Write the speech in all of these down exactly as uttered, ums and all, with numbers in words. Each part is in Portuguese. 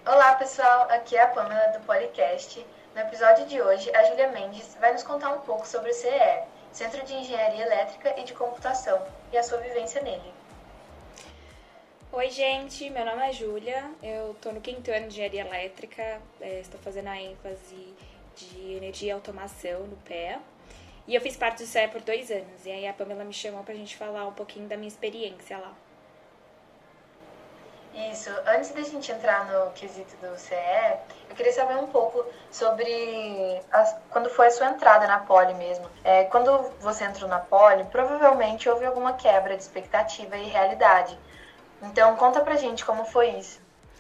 Olá pessoal, aqui é a Pamela do Policast. No episódio de hoje, a Júlia Mendes vai nos contar um pouco sobre o C E E, Centro de Engenharia Elétrica e de Computação, e a sua vivência nele. Oi, gente, meu nome é Júlia, eu tô no quinto ano de engenharia elétrica, é, estou fazendo a ênfase de energia e automação no P E A, e eu fiz parte do C E E por dois anos, e aí a Pamela me chamou pra gente falar um pouquinho da minha experiência lá. Isso, antes da gente entrar no quesito do C E E, eu queria saber um pouco sobre as, quando foi a sua entrada na Poli mesmo. É, quando você entrou na Poli, provavelmente houve alguma quebra de expectativa e realidade. Então, conta pra gente como foi isso.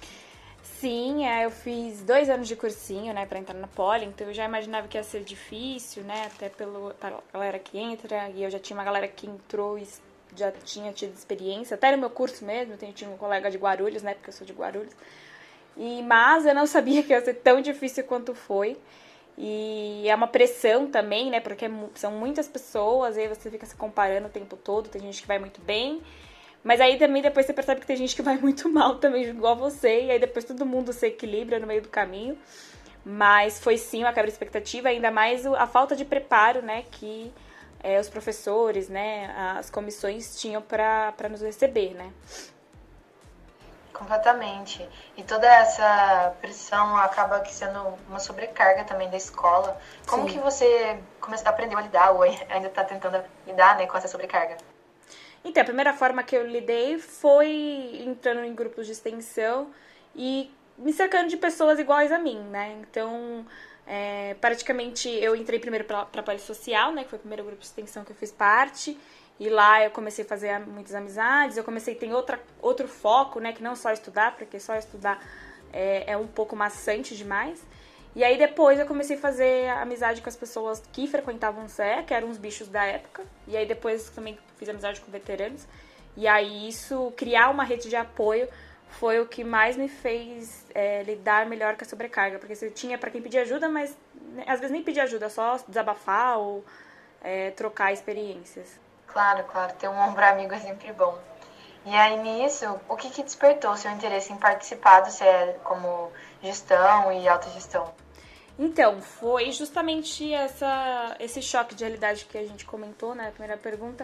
Sim, é, eu fiz dois anos de cursinho, né, pra entrar na Poli, então eu já imaginava que ia ser difícil, né, até pelo, pela galera que entra, e eu já tinha uma galera que entrou e já tinha tido experiência, até no meu curso mesmo, eu tinha um colega de Guarulhos, né, porque eu sou de Guarulhos, e, mas eu não sabia que ia ser tão difícil quanto foi, e é uma pressão também, né, porque são muitas pessoas, e aí você fica se comparando o tempo todo, tem gente que vai muito bem, mas aí também depois você percebe que tem gente que vai muito mal também, igual você, e aí depois todo mundo se equilibra no meio do caminho. Mas foi sim uma quebra de expectativa, ainda mais a falta de preparo, né, que é, os professores, né, as comissões tinham para nos receber, né. Completamente. E toda essa pressão acaba que sendo uma sobrecarga também da escola. Como que Sim. você começou, aprendeu a lidar ou ainda está tentando lidar, né, com essa sobrecarga? Então, a primeira forma que eu lidei foi entrando em grupos de extensão e me cercando de pessoas iguais a mim, né? Então, é, praticamente eu entrei primeiro para a Social, né? Que foi o primeiro grupo de extensão que eu fiz parte. E lá eu comecei a fazer muitas amizades, eu comecei a ter outra, outro foco, né? Que não só estudar, porque só estudar é, é um pouco maçante demais. E aí depois eu comecei a fazer amizade com as pessoas que frequentavam o C E, que eram os bichos da época. E aí depois também fiz amizade com veteranos. E aí isso, criar uma rede de apoio foi o que mais me fez é, lidar melhor com a sobrecarga. Porque você tinha para quem pedir ajuda, mas né, às vezes nem pedir ajuda, só desabafar ou é, trocar experiências. Claro, claro, ter um ombro amigo é sempre bom. E aí nisso, o que, que despertou seu interesse em participar do C E como gestão e autogestão? Então, foi justamente essa, esse choque de realidade que a gente comentou na primeira pergunta,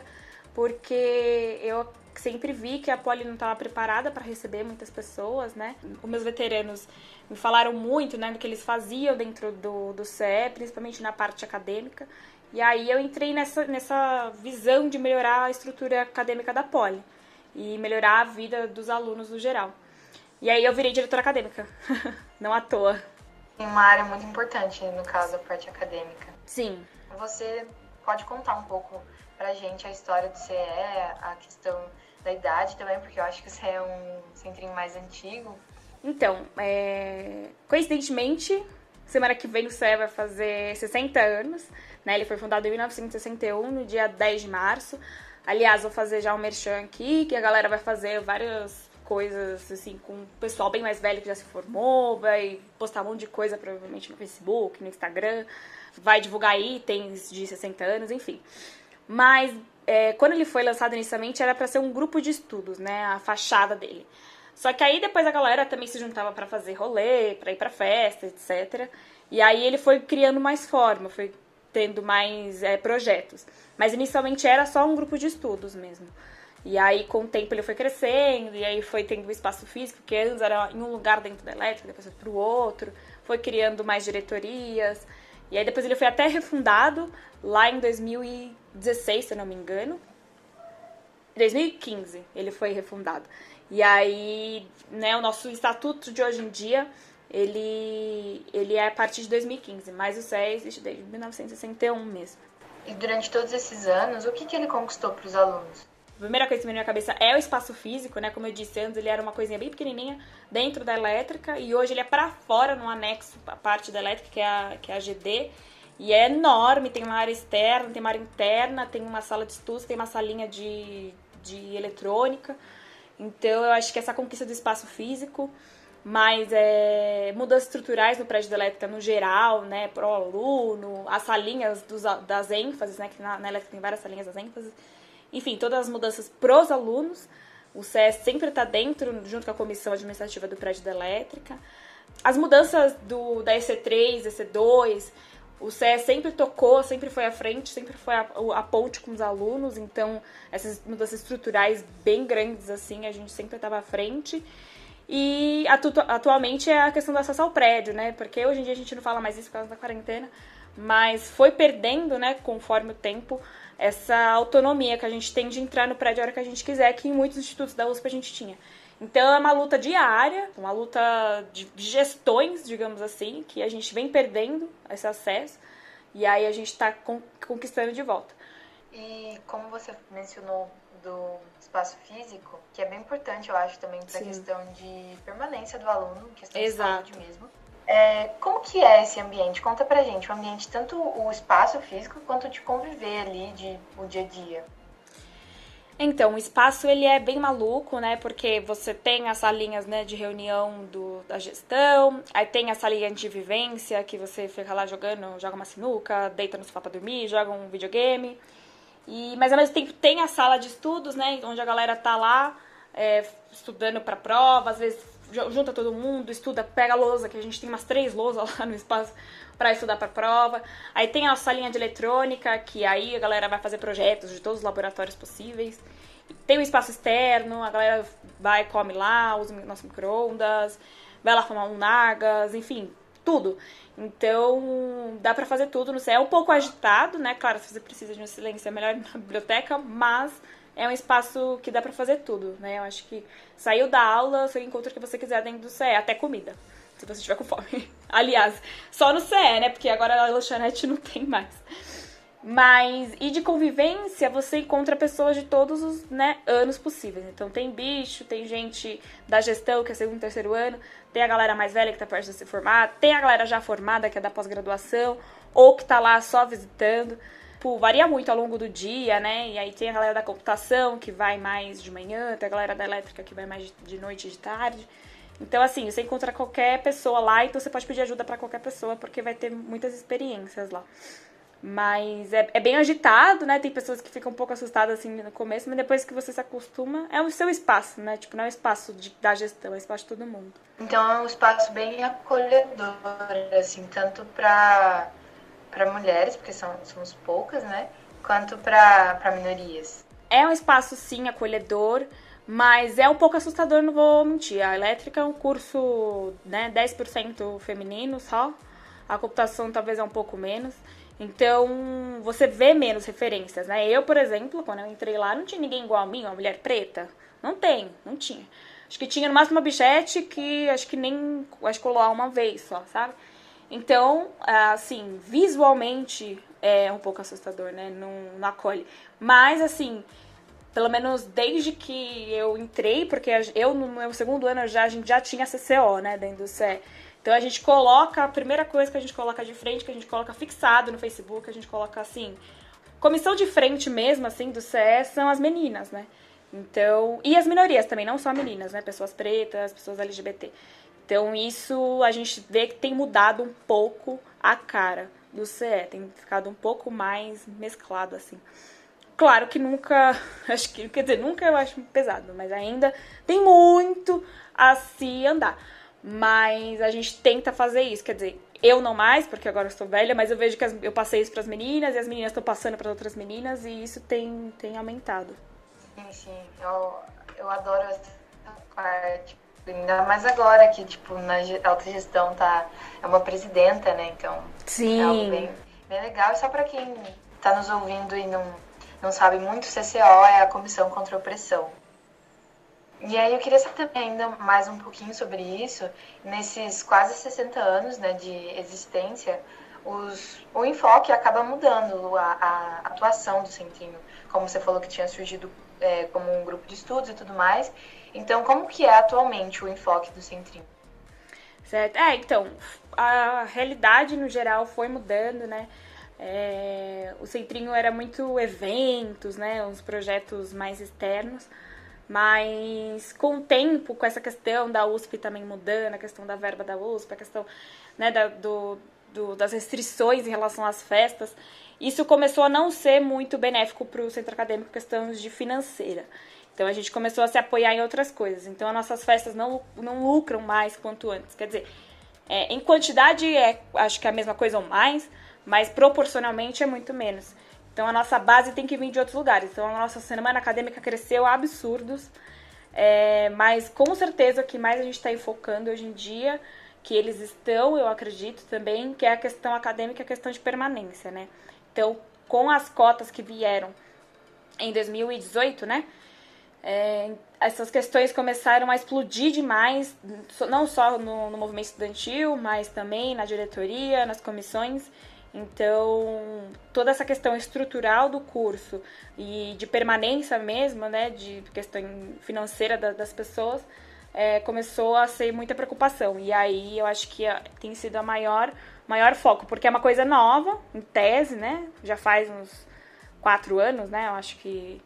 porque eu sempre vi que a Poli não estava preparada para receber muitas pessoas, né? Os meus veteranos me falaram muito, né, do que eles faziam dentro do, do C E, principalmente na parte acadêmica. E aí eu entrei nessa, nessa visão de melhorar a estrutura acadêmica da Poli e melhorar a vida dos alunos no geral. E aí eu virei diretora acadêmica, não à toa. Em uma área muito importante, no caso, a parte acadêmica. Sim. Você pode contar um pouco pra gente a história do C E, a questão da idade também, porque eu acho que você é um centrinho mais antigo. Então, é... coincidentemente, semana que vem o C E vai fazer sessenta anos, né? Ele foi fundado em mil novecentos e sessenta e um, no dia dez de março. Aliás, vou fazer já um merchan aqui, que a galera vai fazer várias coisas, assim, com o pessoal bem mais velho que já se formou, vai postar um monte de coisa, provavelmente no Facebook, no Instagram, vai divulgar itens de sessenta anos, enfim. Mas, é, quando ele foi lançado inicialmente, era para ser um grupo de estudos, né? A fachada dele. Só que aí depois a galera também se juntava para fazer rolê, para ir para festa, etcétera. E aí ele foi criando mais forma, foi tendo mais é, projetos. Mas inicialmente era só um grupo de estudos mesmo. E aí com o tempo ele foi crescendo, e aí foi tendo um espaço físico, que antes era em um lugar dentro da elétrica, depois foi para o outro, foi criando mais diretorias. E aí depois ele foi até refundado lá em dois mil e dezesseis, se eu não me engano. dois mil e quinze ele foi refundado. E aí, né, o nosso estatuto de hoje em dia, ele, ele é a partir de dois mil e quinze, mas o C E existe desde mil novecentos e sessenta e um mesmo. E durante todos esses anos, o que, que ele conquistou para os alunos? A primeira coisa que me veio na cabeça é o espaço físico, né? Como eu disse antes, ele era uma coisinha bem pequenininha dentro da elétrica e hoje ele é para fora, no anexo, a parte da elétrica, que é a, que é a G D. E é enorme, tem uma área externa, tem uma área interna, tem uma sala de estudos, tem uma salinha de, de eletrônica. Então eu acho que essa conquista do espaço físico, mas é, mudanças estruturais no prédio da elétrica no geral, né, pro aluno, as salinhas dos, das ênfases, né, que na, na elétrica tem várias salinhas das ênfases, enfim, todas as mudanças pros alunos, O C E sempre está dentro, junto com a comissão administrativa do prédio da elétrica. As mudanças do, da E C três, E C dois, o C E sempre tocou, sempre foi à frente, sempre foi a, a ponte com os alunos. Então, essas mudanças estruturais bem grandes, assim, a gente sempre estava à frente. E atu, atualmente é a questão do acesso ao prédio, né? Porque hoje em dia a gente não fala mais isso por causa da quarentena, mas foi perdendo, né, conforme o tempo, essa autonomia que a gente tem de entrar no prédio a hora que a gente quiser, que em muitos institutos da U S P a gente tinha. Então é uma luta diária, uma luta de gestões, digamos assim, que a gente vem perdendo esse acesso e aí a gente está conquistando de volta. E como você mencionou do espaço físico, que é bem importante, eu acho, também para a questão de permanência do aluno, questão Exato. de saúde mesmo. É, como que é esse ambiente? Conta pra gente, o ambiente, tanto o espaço físico quanto de conviver ali, de, o dia a dia. Então, o espaço ele é bem maluco, né? Porque você tem as salinhas, né, de reunião do, da gestão, aí tem a salinha de vivência, que você fica lá jogando, joga uma sinuca, deita no sofá pra dormir, joga um videogame. E, mas ao mesmo tempo tem a sala de estudos, né? Onde a galera tá lá é, estudando pra prova, às vezes junta todo mundo, estuda, pega a lousa, que a gente tem umas três lousas lá no espaço para estudar para prova. Aí tem a salinha de eletrônica, que aí a galera vai fazer projetos de todos os laboratórios possíveis. Tem o espaço externo, a galera vai, come lá, usa o nosso micro-ondas, vai lá fumar um nargas, enfim, tudo. Então, dá pra fazer tudo no C E. É um pouco agitado, né? Claro, se você precisa de um silêncio é melhor ir na biblioteca, mas é um espaço que dá pra fazer tudo, né? Eu acho que saiu da aula, você encontra o que você quiser dentro do C E, até comida, se você estiver com fome. Aliás, só no C E, né? Porque agora a lanchonete não tem mais. Mas, e de convivência, você encontra pessoas de todos os, né, anos possíveis. Então, tem bicho, tem gente da gestão, que é segundo e terceiro ano, tem a galera mais velha que tá perto de se formar, tem a galera já formada, que é da pós-graduação, ou que tá lá só visitando. Pô, varia muito ao longo do dia, né? E aí tem a galera da computação, que vai mais de manhã, tem a galera da elétrica, que vai mais de noite e de tarde. Então, assim, você encontra qualquer pessoa lá, então você pode pedir ajuda pra qualquer pessoa, porque vai ter muitas experiências lá. Mas é, é bem agitado, né? Tem pessoas que ficam um pouco assustadas assim no começo, mas depois que você se acostuma, é o seu espaço, né? Tipo, não é o espaço de, da gestão, é o espaço de todo mundo. Então é um espaço bem acolhedor, assim, tanto para para mulheres, porque são, somos poucas, né? Quanto para minorias. É um espaço, sim, acolhedor, mas é um pouco assustador, não vou mentir. A elétrica é um curso, né, dez por cento feminino só. A computação talvez é um pouco menos. Então, você vê menos referências, né? Eu, por exemplo, quando eu entrei lá, não tinha ninguém igual a mim, uma mulher preta. Não tem, não tinha. Acho que tinha no máximo uma bichete que acho que nem... Acho que colou lá uma vez só, sabe? Então, assim, visualmente é um pouco assustador, né? Não, não acolhe. Mas, assim, pelo menos desde que eu entrei, porque eu, no meu segundo ano, já, a gente já tinha C C O, né? Dentro do C E. Então a gente coloca, a primeira coisa que a gente coloca de frente, que a gente coloca fixado no Facebook, a gente coloca assim, comissão de frente mesmo, assim, do C E são as meninas, né? Então, e as minorias também, não só meninas, né? Pessoas pretas, pessoas L G B T. Então isso a gente vê que tem mudado um pouco a cara do C E, tem ficado um pouco mais mesclado, assim. Claro que nunca, acho que, quer dizer, nunca eu acho pesado, mas ainda tem muito a se andar. Mas a gente tenta fazer isso, quer dizer, eu não mais, porque agora eu estou velha, mas eu vejo que as, eu passei isso para as meninas e as meninas estão passando para outras meninas e isso tem, tem aumentado. Sim, sim, eu, eu adoro essa parte, ainda mais agora que, tipo, na autogestão tá, é uma presidenta, né, então sim. É algo bem, bem legal. E só para quem tá nos ouvindo e não, não sabe muito, C C O é a Comissão contra a Opressão. E aí eu queria saber também ainda mais um pouquinho sobre isso. Nesses quase sessenta anos, né, de existência, os, o enfoque acaba mudando, a, a atuação do Centrinho. Como você falou que tinha surgido é, como um grupo de estudos e tudo mais. Então, como que é atualmente o enfoque do Centrinho? Certo. É, então, a realidade no geral foi mudando, né? É, o Centrinho era muito eventos, né? Uns projetos mais externos. Mas com o tempo, com essa questão da U S P também mudando, a questão da verba da U S P, a questão, né, da, do, do, das restrições em relação às festas, isso começou a não ser muito benéfico para o centro acadêmico, questões de financeira. Então a gente começou a se apoiar em outras coisas. Então as nossas festas não, não lucram mais quanto antes. Quer dizer, é, em quantidade é acho que é a mesma coisa ou mais, mas proporcionalmente é muito menos. Então a nossa base tem que vir de outros lugares. Então a nossa semana acadêmica cresceu absurdos. É, mas com certeza o que mais a gente está enfocando hoje em dia, que eles estão, eu acredito também, que é a questão acadêmica e a questão de permanência, né? Então, com as cotas que vieram em dois mil e dezoito, né? É, essas questões começaram a explodir demais, não só no, no movimento estudantil, mas também na diretoria, nas comissões. Então, toda essa questão estrutural do curso e de permanência mesmo, né, de questão financeira da, das pessoas, é, começou a ser muita preocupação. E aí eu acho que a, tem sido a maior, maior foco, porque é uma coisa nova, em tese, né, já faz uns quatro anos, né, eu acho que...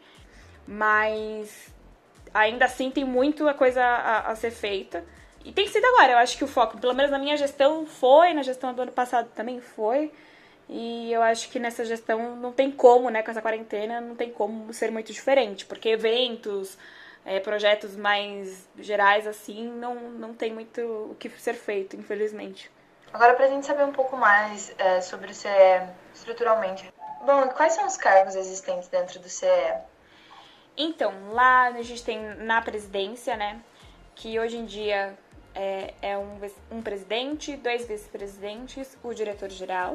Mas ainda assim tem muita coisa a, a ser feita. E tem sido agora, eu acho que o foco, pelo menos na minha gestão, foi, na gestão do ano passado também foi. E eu acho que nessa gestão não tem como, né, com essa quarentena, não tem como ser muito diferente. Porque eventos, é, projetos mais gerais, assim, não, não tem muito o que ser feito, infelizmente. Agora, pra gente saber um pouco mais é, sobre o C E estruturalmente. Bom, quais são os cargos existentes dentro do C E? Então, lá a gente tem na presidência, né, que hoje em dia é, é um, um presidente, dois vice-presidentes, o diretor-geral.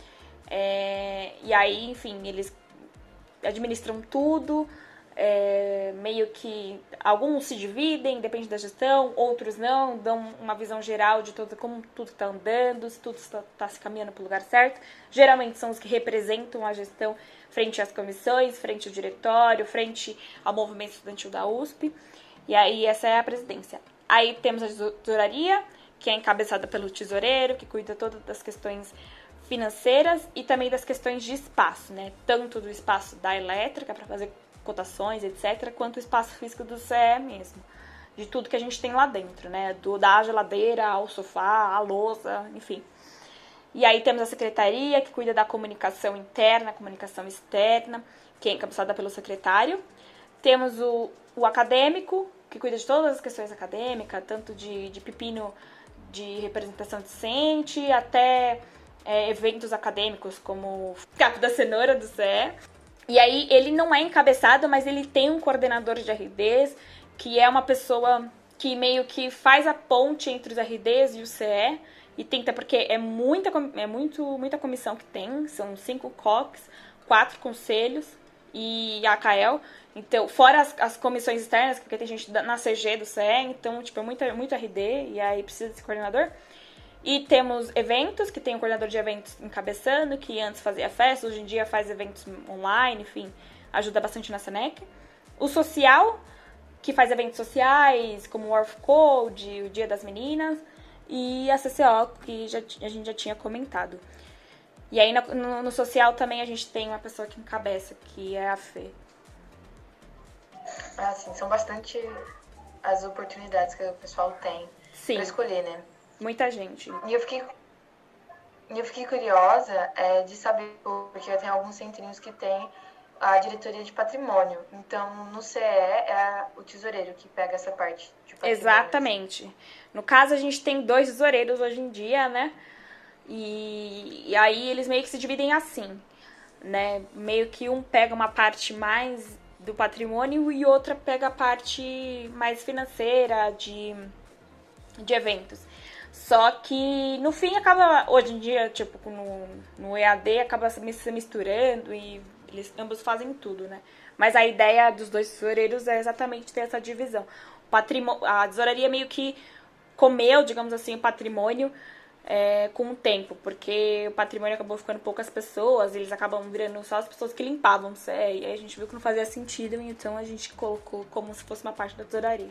É, e aí, enfim, eles administram tudo, é, meio que alguns se dividem, depende da gestão, outros não, dão uma visão geral de todo, como tudo está andando, se tudo está tá se caminhando para o lugar certo. Geralmente são os que representam a gestão frente às comissões, frente ao diretório, frente ao movimento estudantil da U S P. E aí essa é a presidência. Aí temos a tesouraria, que é encabeçada pelo tesoureiro, que cuida todas das questões financeiras e também das questões de espaço, né? Tanto do espaço da elétrica para fazer cotações, etcétera, quanto o espaço físico do C E mesmo, de tudo que a gente tem lá dentro, né? Do, da geladeira ao sofá, à louça, enfim. E aí temos a secretaria, que cuida da comunicação interna, comunicação externa, que é encabeçada pelo secretário. Temos o, o acadêmico, que cuida de todas as questões acadêmicas, tanto de, de pepino de representação discente, até é, eventos acadêmicos, como o Capo da Cenoura do C E. E aí ele não é encabeçado, mas ele tem um coordenador de R Ds, que é uma pessoa que meio que faz a ponte entre os R Ds e o C E, e tenta, porque é muita, é muito, muita comissão que tem, são cinco C O Cs, quatro conselhos e a C A E L, então, fora as, as comissões externas, porque tem gente na C G do C E, então, tipo, é muito, muito R D, e aí precisa desse coordenador. E temos eventos, que tem um coordenador de eventos encabeçando, que antes fazia festas, hoje em dia faz eventos online, enfim, ajuda bastante na SENEC. O social, que faz eventos sociais, como o War of Code, o Dia das Meninas, e a C C O, que já, a gente já tinha comentado. E aí no, no social também a gente tem uma pessoa que encabeça, que é a Fê. Ah, sim, são bastante as oportunidades que o pessoal tem para escolher, né? Muita gente. E eu fiquei, eu fiquei curiosa é, de saber, porque tem alguns centrinhos que tem a diretoria de patrimônio. Então, no C E é o tesoureiro que pega essa parte de patrimônio. Exatamente. No caso, a gente tem dois tesoureiros hoje em dia, né? E, e aí eles meio que se dividem assim, né? Meio que um pega uma parte mais do patrimônio e outra pega a parte mais financeira, de, de eventos. Só que, no fim, acaba, hoje em dia, tipo, no, no E A D, acaba se misturando e eles ambos fazem tudo, né? Mas a ideia dos dois tesoureiros é exatamente ter essa divisão. O patrimônio, a tesouraria meio que comeu, digamos assim, o patrimônio é, com o tempo, porque o patrimônio acabou ficando poucas pessoas, eles acabam virando só as pessoas que limpavam o C E, e aí a gente viu que não fazia sentido, então a gente colocou como se fosse uma parte da tesouraria.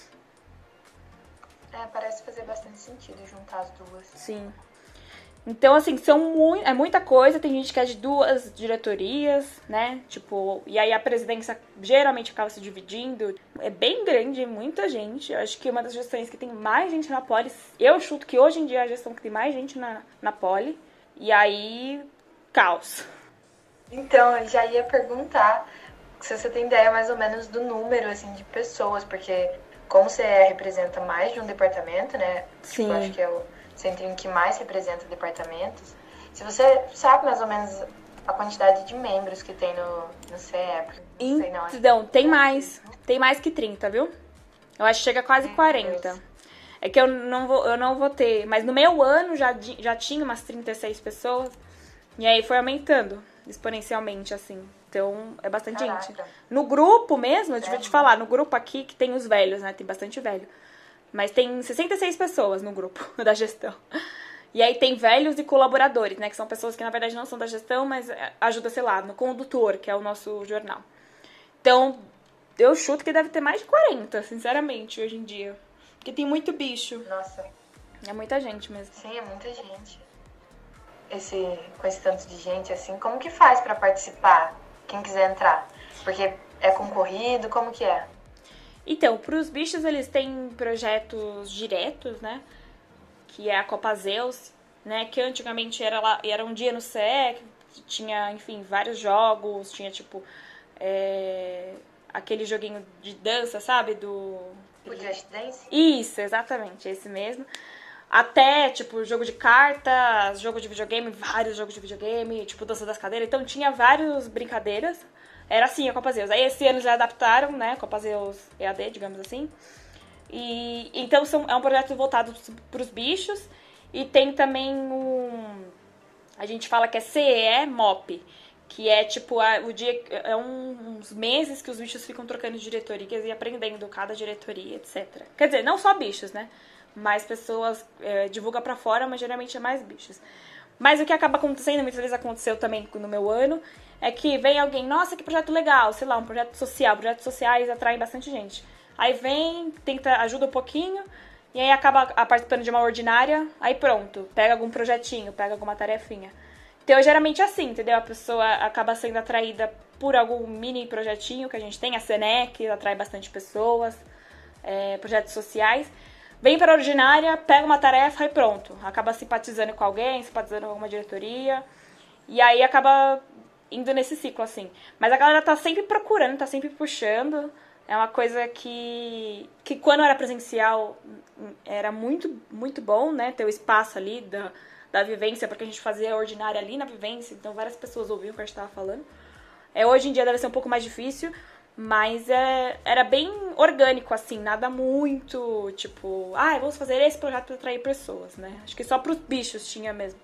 É, parece fazer bastante sentido juntar as duas. Sim. Então, assim, são mu- é muita coisa. Tem gente que é de duas diretorias, né? Tipo, e aí a presidência geralmente acaba se dividindo. É bem grande, muita gente. Eu acho que uma das gestões que tem mais gente na Poli, eu chuto que hoje em dia é a gestão que tem mais gente na, na Poli. E aí, caos. Então, eu já ia perguntar se você tem ideia mais ou menos do número, assim, de pessoas, porque como o C E representa mais de um departamento, né? Sim. Tipo, eu acho que é o centrinho que mais representa departamentos. Se você sabe mais ou menos a quantidade de membros que tem no, no C E, não sei não. Acho Então, que tem mais. Tem mais que trinta, viu? Eu acho que chega a quase quarenta. É que eu não vou, eu não vou ter. Mas no meu ano já, já tinha umas trinta e seis pessoas. E aí foi aumentando exponencialmente, assim. Então, é bastante Caraca. gente. No grupo mesmo, eu devia te falar, no grupo aqui que tem os velhos, né? Tem bastante velho. Mas tem sessenta e seis pessoas no grupo da gestão. E aí tem velhos e colaboradores, né? Que são pessoas que, na verdade, não são da gestão, mas ajudam, sei lá, no Condutor, que é o nosso jornal. Então, eu chuto que deve ter mais de quarenta, sinceramente, hoje em dia. Porque tem muito bicho. Nossa. É muita gente mesmo. Sim, é muita gente. Esse, com esse tanto de gente, assim, como que faz pra participar? Quem quiser entrar? Porque é concorrido, como que é? Então, pros bichos, eles têm projetos diretos, né? Que é a Copa Zeus, né? Que antigamente era, lá, era um dia no C E, que tinha, enfim, vários jogos, tinha, tipo, é, aquele joguinho de dança, sabe? Do... O Just Dance? Isso, exatamente, esse mesmo. Até, tipo, jogo de cartas, jogo de videogame, vários jogos de videogame, tipo, dança das cadeiras. Então, tinha várias brincadeiras. Era assim a Copa Zeus. Aí, esse ano, eles adaptaram, né? Copa Zeus E A D, digamos assim. E, então, são, é um projeto voltado para os bichos. E tem também um... A gente fala que é C E E M O P. Que é, tipo, a, o dia... É um, uns meses que os bichos ficam trocando de diretorias e aprendendo cada diretoria, etcétera. Quer dizer, não só bichos, né? Mais pessoas é, divulga pra fora, mas geralmente é mais bichos. Mas o que acaba acontecendo, muitas vezes aconteceu também no meu ano, é que vem alguém, nossa, que projeto legal, sei lá, um projeto social. Projetos sociais atraem bastante gente. Aí vem, tenta, ajuda um pouquinho, e aí acaba participando de uma ordinária, aí pronto, pega algum projetinho, pega alguma tarefinha. Então, geralmente é assim, entendeu? A pessoa acaba sendo atraída por algum mini projetinho que a gente tem, a Senec atrai bastante pessoas, é, projetos sociais. Vem para a ordinária, pega uma tarefa e pronto. Acaba simpatizando com alguém, simpatizando com alguma diretoria. E aí acaba indo nesse ciclo, assim. Mas a galera tá sempre procurando, tá sempre puxando. É uma coisa que, que quando era presencial, era muito, muito bom, né? Ter o espaço ali da, da vivência, porque a gente fazia a ordinária ali na vivência. Então várias pessoas ouviam o que a gente tava falando. É, hoje em dia deve ser um pouco mais difícil. Mas é, era bem orgânico, assim, nada muito, tipo, ah, vamos fazer esse projeto para atrair pessoas, né? Acho que só pros bichos tinha mesmo.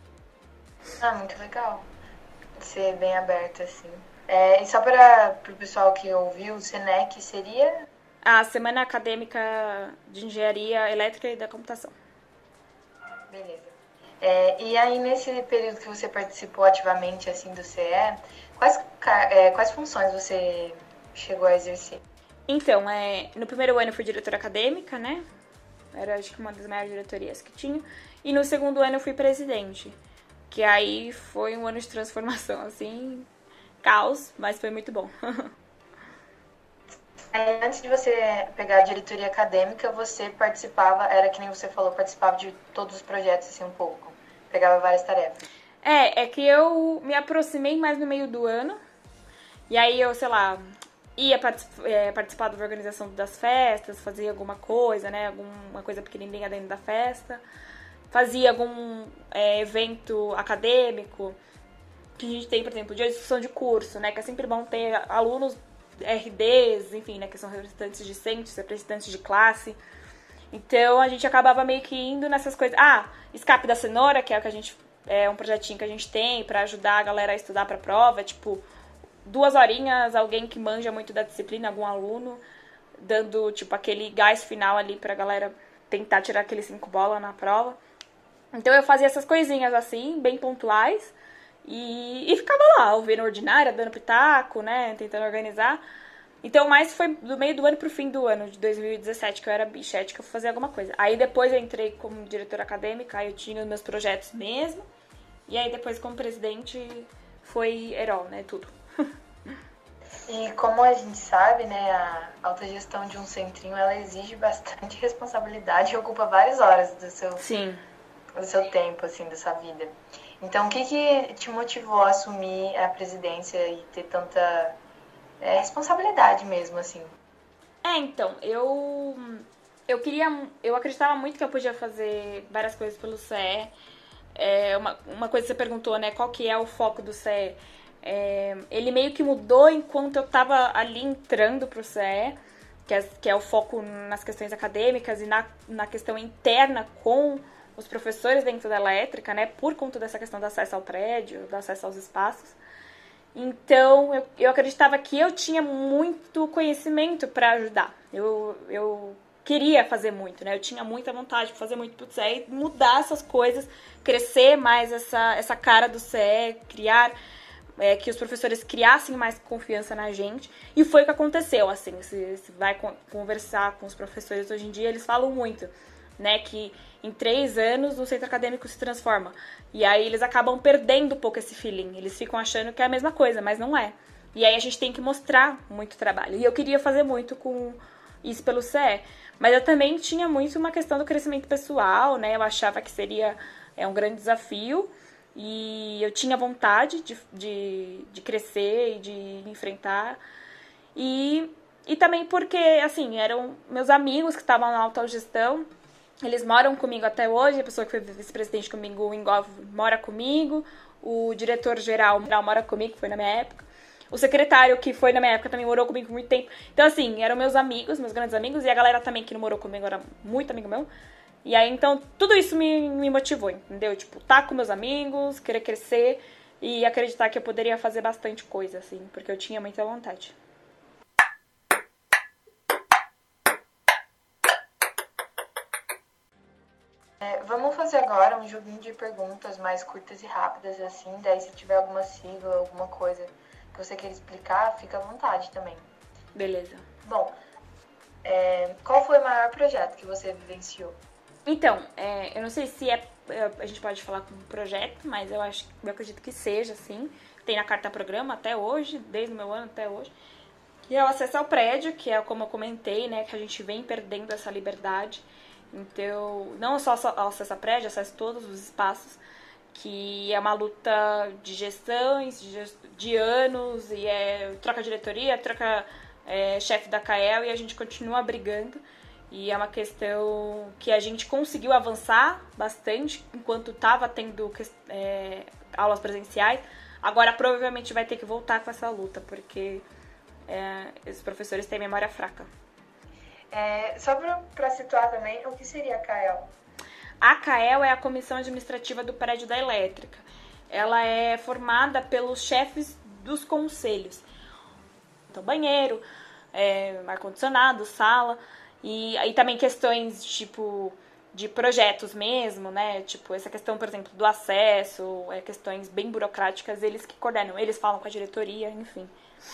Ah, muito legal. Ser bem aberto, assim. É, e só para o pessoal que ouviu, o Senec seria? A Semana Acadêmica de Engenharia Elétrica e da Computação. Beleza. É, e aí, nesse período que você participou ativamente, assim, do C E, quais, é, quais funções você chegou a exercer? Então, é, no primeiro ano eu fui diretora acadêmica, né? Era, acho que, uma das maiores diretorias que tinha. E no segundo ano eu fui presidente. Que aí foi um ano de transformação, assim, caos, mas foi muito bom. Aí, antes de você pegar a diretoria acadêmica, você participava, era que nem você falou, participava de todos os projetos, assim, um pouco. Pegava várias tarefas. É, é que eu me aproximei mais no meio do ano. E aí eu, sei lá, ia particip- é, participar da organização das festas, fazia alguma coisa, né? Alguma coisa pequenininha dentro da festa. Fazia algum é, evento acadêmico. Que a gente tem, por exemplo, dia de discussão de curso, né? Que é sempre bom ter alunos R Ds, enfim, né? Que são representantes discentes, representantes de classe. Então a gente acabava meio que indo nessas coisas. Ah, Escape da Cenoura, que é o que a gente. É um projetinho que a gente tem pra ajudar a galera a estudar pra prova, tipo. Duas horinhas, alguém que manja muito da disciplina, algum aluno, dando, tipo, aquele gás final ali pra galera tentar tirar aqueles cinco bolas na prova. Então eu fazia essas coisinhas assim, bem pontuais, e, e ficava lá, ouvindo ordinária, dando pitaco, né, tentando organizar. Então, mais foi do meio do ano pro fim do ano, de dois mil e dezessete, que eu era bichete, que eu fazia alguma coisa. Aí depois eu entrei como diretora acadêmica, aí eu tinha os meus projetos mesmo, e aí depois como presidente foi Herol, né, tudo. E como a gente sabe, né, a autogestão de um centrinho, ela exige bastante responsabilidade e ocupa várias horas do seu, Sim. do seu tempo, assim, da sua vida. Então, o que, que te motivou a assumir a presidência e ter tanta é responsabilidade mesmo, assim. É, então, eu eu queria, eu acreditava muito que eu podia fazer várias coisas pelo C E. É, uma, uma coisa que você perguntou, né, qual que é o foco do C E? É, ele meio que mudou enquanto eu tava ali entrando pro C E, que é, que é o foco nas questões acadêmicas e na, na questão interna com os professores dentro da elétrica, né, por conta dessa questão do acesso ao prédio, do acesso aos espaços. Então, eu, eu acreditava que eu tinha muito conhecimento para ajudar. Eu, eu queria fazer muito, né? Eu tinha muita vontade de fazer muito pro C E e mudar essas coisas, crescer mais essa, essa cara do C E, criar, é, que os professores criassem mais confiança na gente. E foi o que aconteceu, assim. Se, se vai conversar com os professores hoje em dia, eles falam muito, né? Que em três anos o centro acadêmico se transforma. E aí eles acabam perdendo um pouco esse feeling. Eles ficam achando que é a mesma coisa, mas não é. E aí a gente tem que mostrar muito trabalho. E eu queria fazer muito com isso pelo C E. Mas eu também tinha muito uma questão do crescimento pessoal, né? Eu achava que seria é, um grande desafio. E eu tinha vontade de, de, de crescer e de enfrentar. E, e também porque, assim, eram meus amigos que estavam na autogestão. Eles moram comigo até hoje, a pessoa que foi vice-presidente comigo, o Ingov, mora comigo, o diretor-geral mora comigo, que foi na minha época, o secretário, que foi na minha época, também morou comigo por muito tempo. Então, assim, eram meus amigos, meus grandes amigos, e a galera também que não morou comigo era muito amigo meu. E aí, então, tudo isso me, me motivou, entendeu? Tipo, tá com meus amigos, querer crescer e acreditar que eu poderia fazer bastante coisa, assim, porque eu tinha muita vontade. É, vamos fazer agora um joguinho de perguntas mais curtas e rápidas, assim. Daí, se tiver alguma sigla, alguma coisa que você queira explicar, fica à vontade também. Beleza. Bom, é, qual foi o maior projeto que você vivenciou? Então, é, eu não sei se é, a gente pode falar como projeto, mas eu acho, eu acredito que seja, assim. Tem na carta programa até hoje, desde o meu ano até hoje. E é o acesso ao prédio, que é como eu comentei, né, que a gente vem perdendo essa liberdade. Então, não só ao acesso ao prédio, acesso a todos os espaços, que é uma luta de gestões, de, gest... de anos, e é troca diretoria, troca é, chefe da C A E L, e a gente continua brigando. E é uma questão que a gente conseguiu avançar bastante enquanto estava tendo é, aulas presenciais. Agora provavelmente vai ter que voltar com essa luta, porque é, os professores têm memória fraca. É, só para situar também, o que seria a C A E L? A C A E L é a Comissão Administrativa do Prédio da Elétrica. Ela é formada pelos chefes dos conselhos. Então, banheiro, é, ar-condicionado, sala... E aí também questões, tipo, de projetos mesmo, né? Tipo, essa questão, por exemplo, do acesso, é, questões bem burocráticas, eles que coordenam, eles falam com a diretoria, enfim.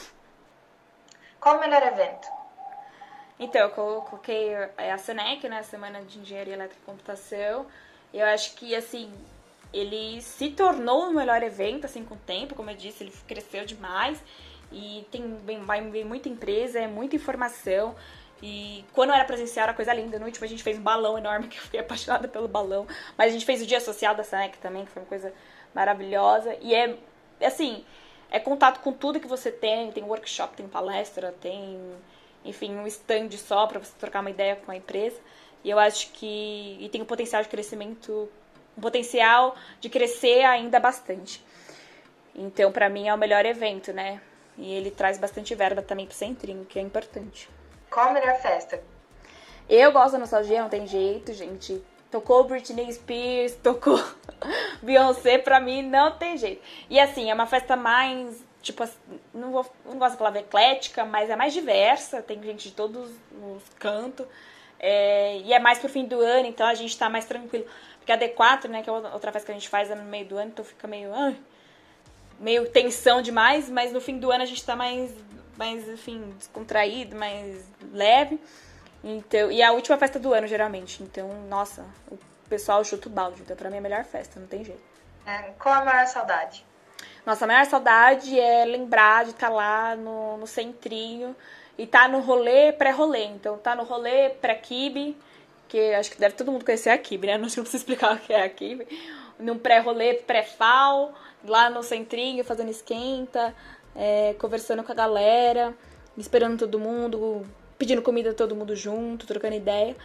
Qual o melhor evento? Então, eu coloquei a SENEC, né? Semana de Engenharia Elétrica e Computação. Eu acho que, assim, ele se tornou o melhor evento, assim, com o tempo, como eu disse, ele cresceu demais. E tem, vai vir muita empresa, é muita informação. E quando era presencial era coisa linda. No último a gente fez um balão enorme, que eu fiquei apaixonada pelo balão. Mas a gente fez o dia social da SENEC também, que foi uma coisa maravilhosa. E é, assim, é contato com tudo que você tem. Tem workshop, tem palestra, tem, enfim, um stand só pra você trocar uma ideia com a empresa. E eu acho que... E tem um potencial de crescimento... Um potencial de crescer ainda bastante. Então, pra mim, é o melhor evento, né? E ele traz bastante verba também pro Centrinho, que é importante. Qual a melhor festa? Eu gosto da nostalgia, não tem jeito, gente. Tocou Britney Spears, tocou Beyoncé, pra mim não tem jeito. E assim, é uma festa mais, tipo, não, vou, não gosto da palavra eclética, mas é mais diversa, tem gente de todos os cantos. É, e é mais pro fim do ano, então a gente tá mais tranquilo. Porque a D quatro, né, que é outra festa que a gente faz é no meio do ano, então fica meio... Ah, meio tensão demais, mas no fim do ano a gente tá mais... mais, enfim, descontraído, mais leve. Então, e é a última festa do ano, geralmente. Então, nossa, o pessoal chuta o balde. Então, pra mim é a melhor festa, não tem jeito. É, qual a maior saudade? Nossa, a maior saudade é lembrar de estar tá lá no, no centrinho e estar tá no rolê pré-rolê. Então, tá no rolê pré-Kibe, que acho que deve todo mundo conhecer a Kibe, né? Não sei se explicar o que é a Kibe. Num pré-rolê pré-fal, lá no centrinho, fazendo esquenta. é, conversando com a galera, esperando todo mundo, pedindo comida todo mundo junto, trocando ideia.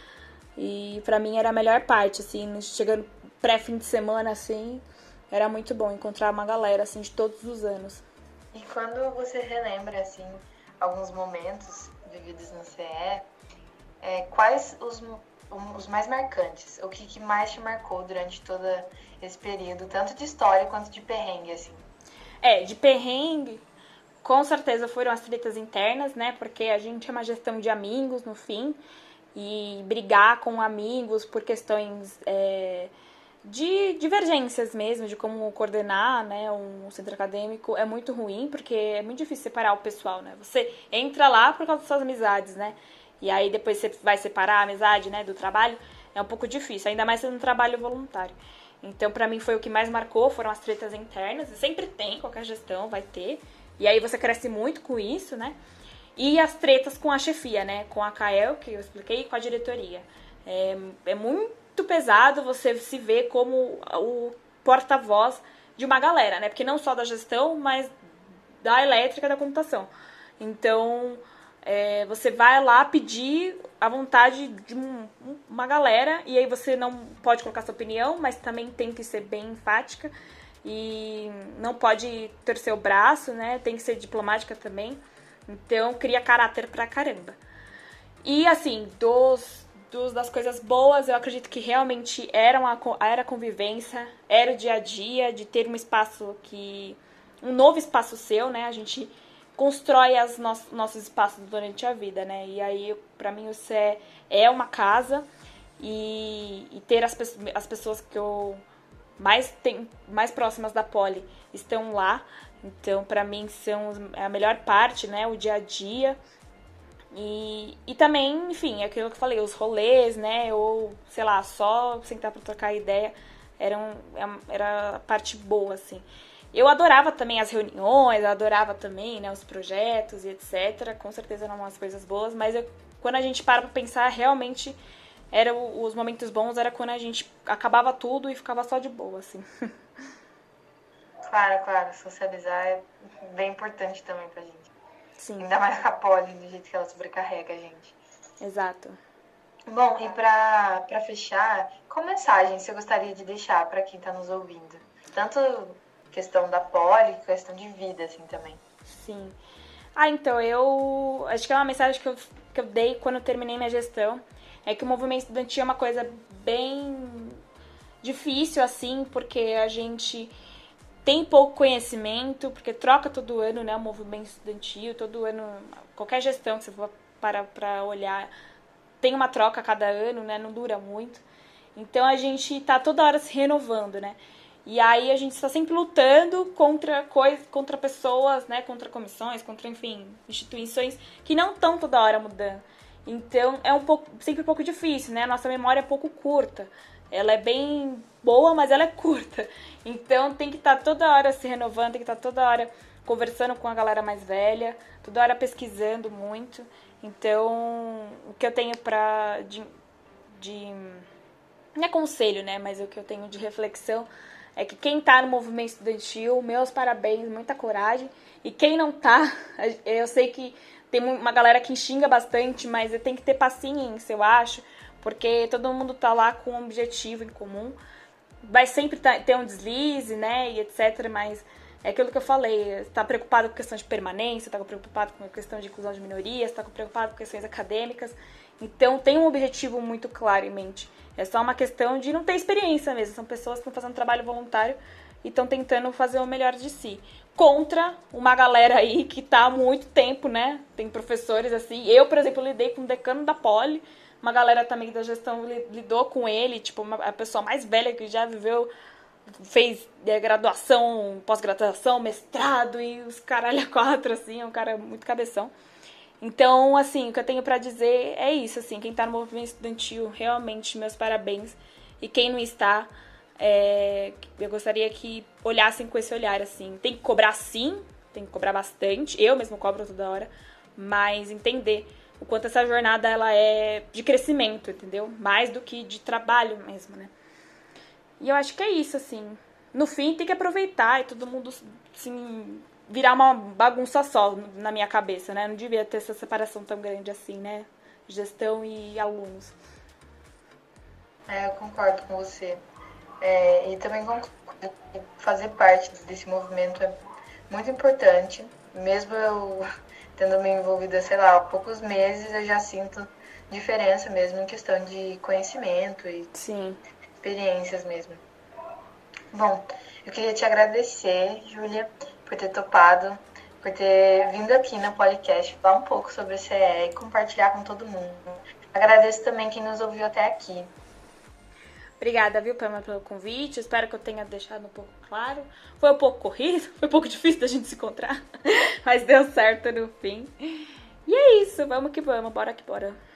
E pra mim era a melhor parte, assim, chegando pré-fim de semana, assim, era muito bom encontrar uma galera, assim, de todos os anos. E quando você relembra, assim, alguns momentos vividos no C E, é, quais os, os mais marcantes? O que, que mais te marcou durante todo esse período, tanto de história quanto de perrengue, assim? É, de perrengue, com certeza foram as tretas internas, né? Porque a gente é uma gestão de amigos, no fim, e brigar com amigos por questões é, de divergências mesmo, de como coordenar, né, um centro acadêmico é muito ruim, porque é muito difícil separar o pessoal, né? Você entra lá por causa das suas amizades, né? E aí depois você vai separar a amizade, né, do trabalho, é um pouco difícil, ainda mais sendo um trabalho voluntário. Então, pra mim, foi o que mais marcou, foram as tretas internas, sempre tem, qualquer gestão vai ter, e aí você cresce muito com isso, né? E as tretas com a chefia, né? Com a Kael, que eu expliquei, e com a diretoria. É, é muito pesado você se ver como o porta-voz de uma galera, né? Porque não só da gestão, mas da elétrica e da computação. Então, é, você vai lá pedir a vontade de um, uma galera, e aí você não pode colocar sua opinião, mas também tem que ser bem enfática, e não pode torcer o braço, né? Tem que ser diplomática também. Então, cria caráter pra caramba. E, assim, dos, dos, das coisas boas, eu acredito que realmente era, uma, era a convivência, era o dia a dia, de ter um espaço que... um novo espaço seu, né? A gente constrói os nossos, nossos espaços durante a vida, né? E aí, pra mim, o C E é uma casa, e, e ter as, as pessoas que eu mais, tem, mais próximas da Poli estão lá. Então, pra mim, são a melhor parte, né? O dia a dia. E, e também, enfim, é aquilo que eu falei, os rolês, né? Ou, sei lá, só sentar pra trocar ideia. Era, um, era a parte boa, assim. Eu adorava também as reuniões, eu adorava também, né, os projetos e etcétera. Com certeza eram umas coisas boas, mas eu, quando a gente para pra pensar, realmente, era, os momentos bons era quando a gente acabava tudo e ficava só de boa, assim. Claro, claro, socializar é bem importante também pra gente. Sim. Ainda mais com a Poli, do jeito que ela sobrecarrega a gente. Exato. Bom, e pra, pra fechar, qual mensagem você gostaria de deixar pra quem tá nos ouvindo? Tanto questão da Poli, questão de vida, assim, também. Sim. Ah, então, eu... acho que é uma mensagem que eu, que eu dei quando eu terminei minha gestão. É que o movimento estudantil é uma coisa bem difícil, assim, porque a gente tem pouco conhecimento, porque troca todo ano, né, o movimento estudantil, todo ano, qualquer gestão que você for parar pra olhar, tem uma troca a cada ano, né, não dura muito. Então a gente tá toda hora se renovando, né? E aí a gente está sempre lutando contra coisas, contra pessoas, né, contra comissões, contra, enfim, instituições que não estão toda hora mudando. Então é um pouco, sempre um pouco difícil, né? A nossa memória é pouco curta. Ela é bem boa, mas ela é curta. Então tem que estar tá toda hora se renovando, tem que estar tá toda hora conversando com a galera mais velha, toda hora pesquisando muito. Então, o que eu tenho pra... de, de não é conselho, né? Mas o que eu tenho de reflexão é que quem tá no movimento estudantil, meus parabéns, muita coragem. E quem não tá, eu sei que tem uma galera que xinga bastante, mas tem que ter paciência, eu acho, porque todo mundo tá lá com um objetivo em comum. Vai sempre ter um deslize, né, e etcétera, mas é aquilo que eu falei, tá preocupado com questão de permanência, tá preocupado com a questão de inclusão de minorias, tá preocupado com questões acadêmicas. Então tem um objetivo muito claro em mente. É só uma questão de não ter experiência mesmo. São pessoas que estão fazendo trabalho voluntário e estão tentando fazer o melhor de si. Contra uma galera aí que tá há muito tempo, né? Tem professores assim. Eu, por exemplo, lidei com o decano da Poli. Uma galera também da gestão lidou com ele. Tipo, uma, a pessoa mais velha que já viveu, fez é, graduação, pós-graduação, mestrado e os caralho a quatro, assim. É um cara muito cabeção. Então, assim, o que eu tenho pra dizer é isso, assim, quem tá no movimento estudantil, realmente, meus parabéns. E quem não está, é, eu gostaria que olhassem com esse olhar, assim. Tem que cobrar sim, tem que cobrar bastante, eu mesmo cobro toda hora, mas entender o quanto essa jornada, ela é de crescimento, entendeu? Mais do que de trabalho mesmo, né? E eu acho que é isso, assim. No fim, tem que aproveitar e todo mundo, assim, virar uma bagunça só na minha cabeça, né? Não devia ter essa separação tão grande assim, né? Gestão e alunos. É, eu concordo com você. É, e também concordo que fazer parte desse movimento é muito importante. Mesmo eu tendo me envolvida, sei lá, há poucos meses, eu já sinto diferença mesmo em questão de conhecimento e Sim. experiências mesmo. Bom, eu queria te agradecer, Júlia, por ter topado, por ter vindo aqui no podcast falar um pouco sobre o C E e compartilhar com todo mundo. Agradeço também quem nos ouviu até aqui. Obrigada, viu, Pamela, pelo convite. Espero que eu tenha deixado um pouco claro. Foi um pouco corrido, foi um pouco difícil da gente se encontrar, mas deu certo no fim. E é isso, vamos que vamos, bora que bora.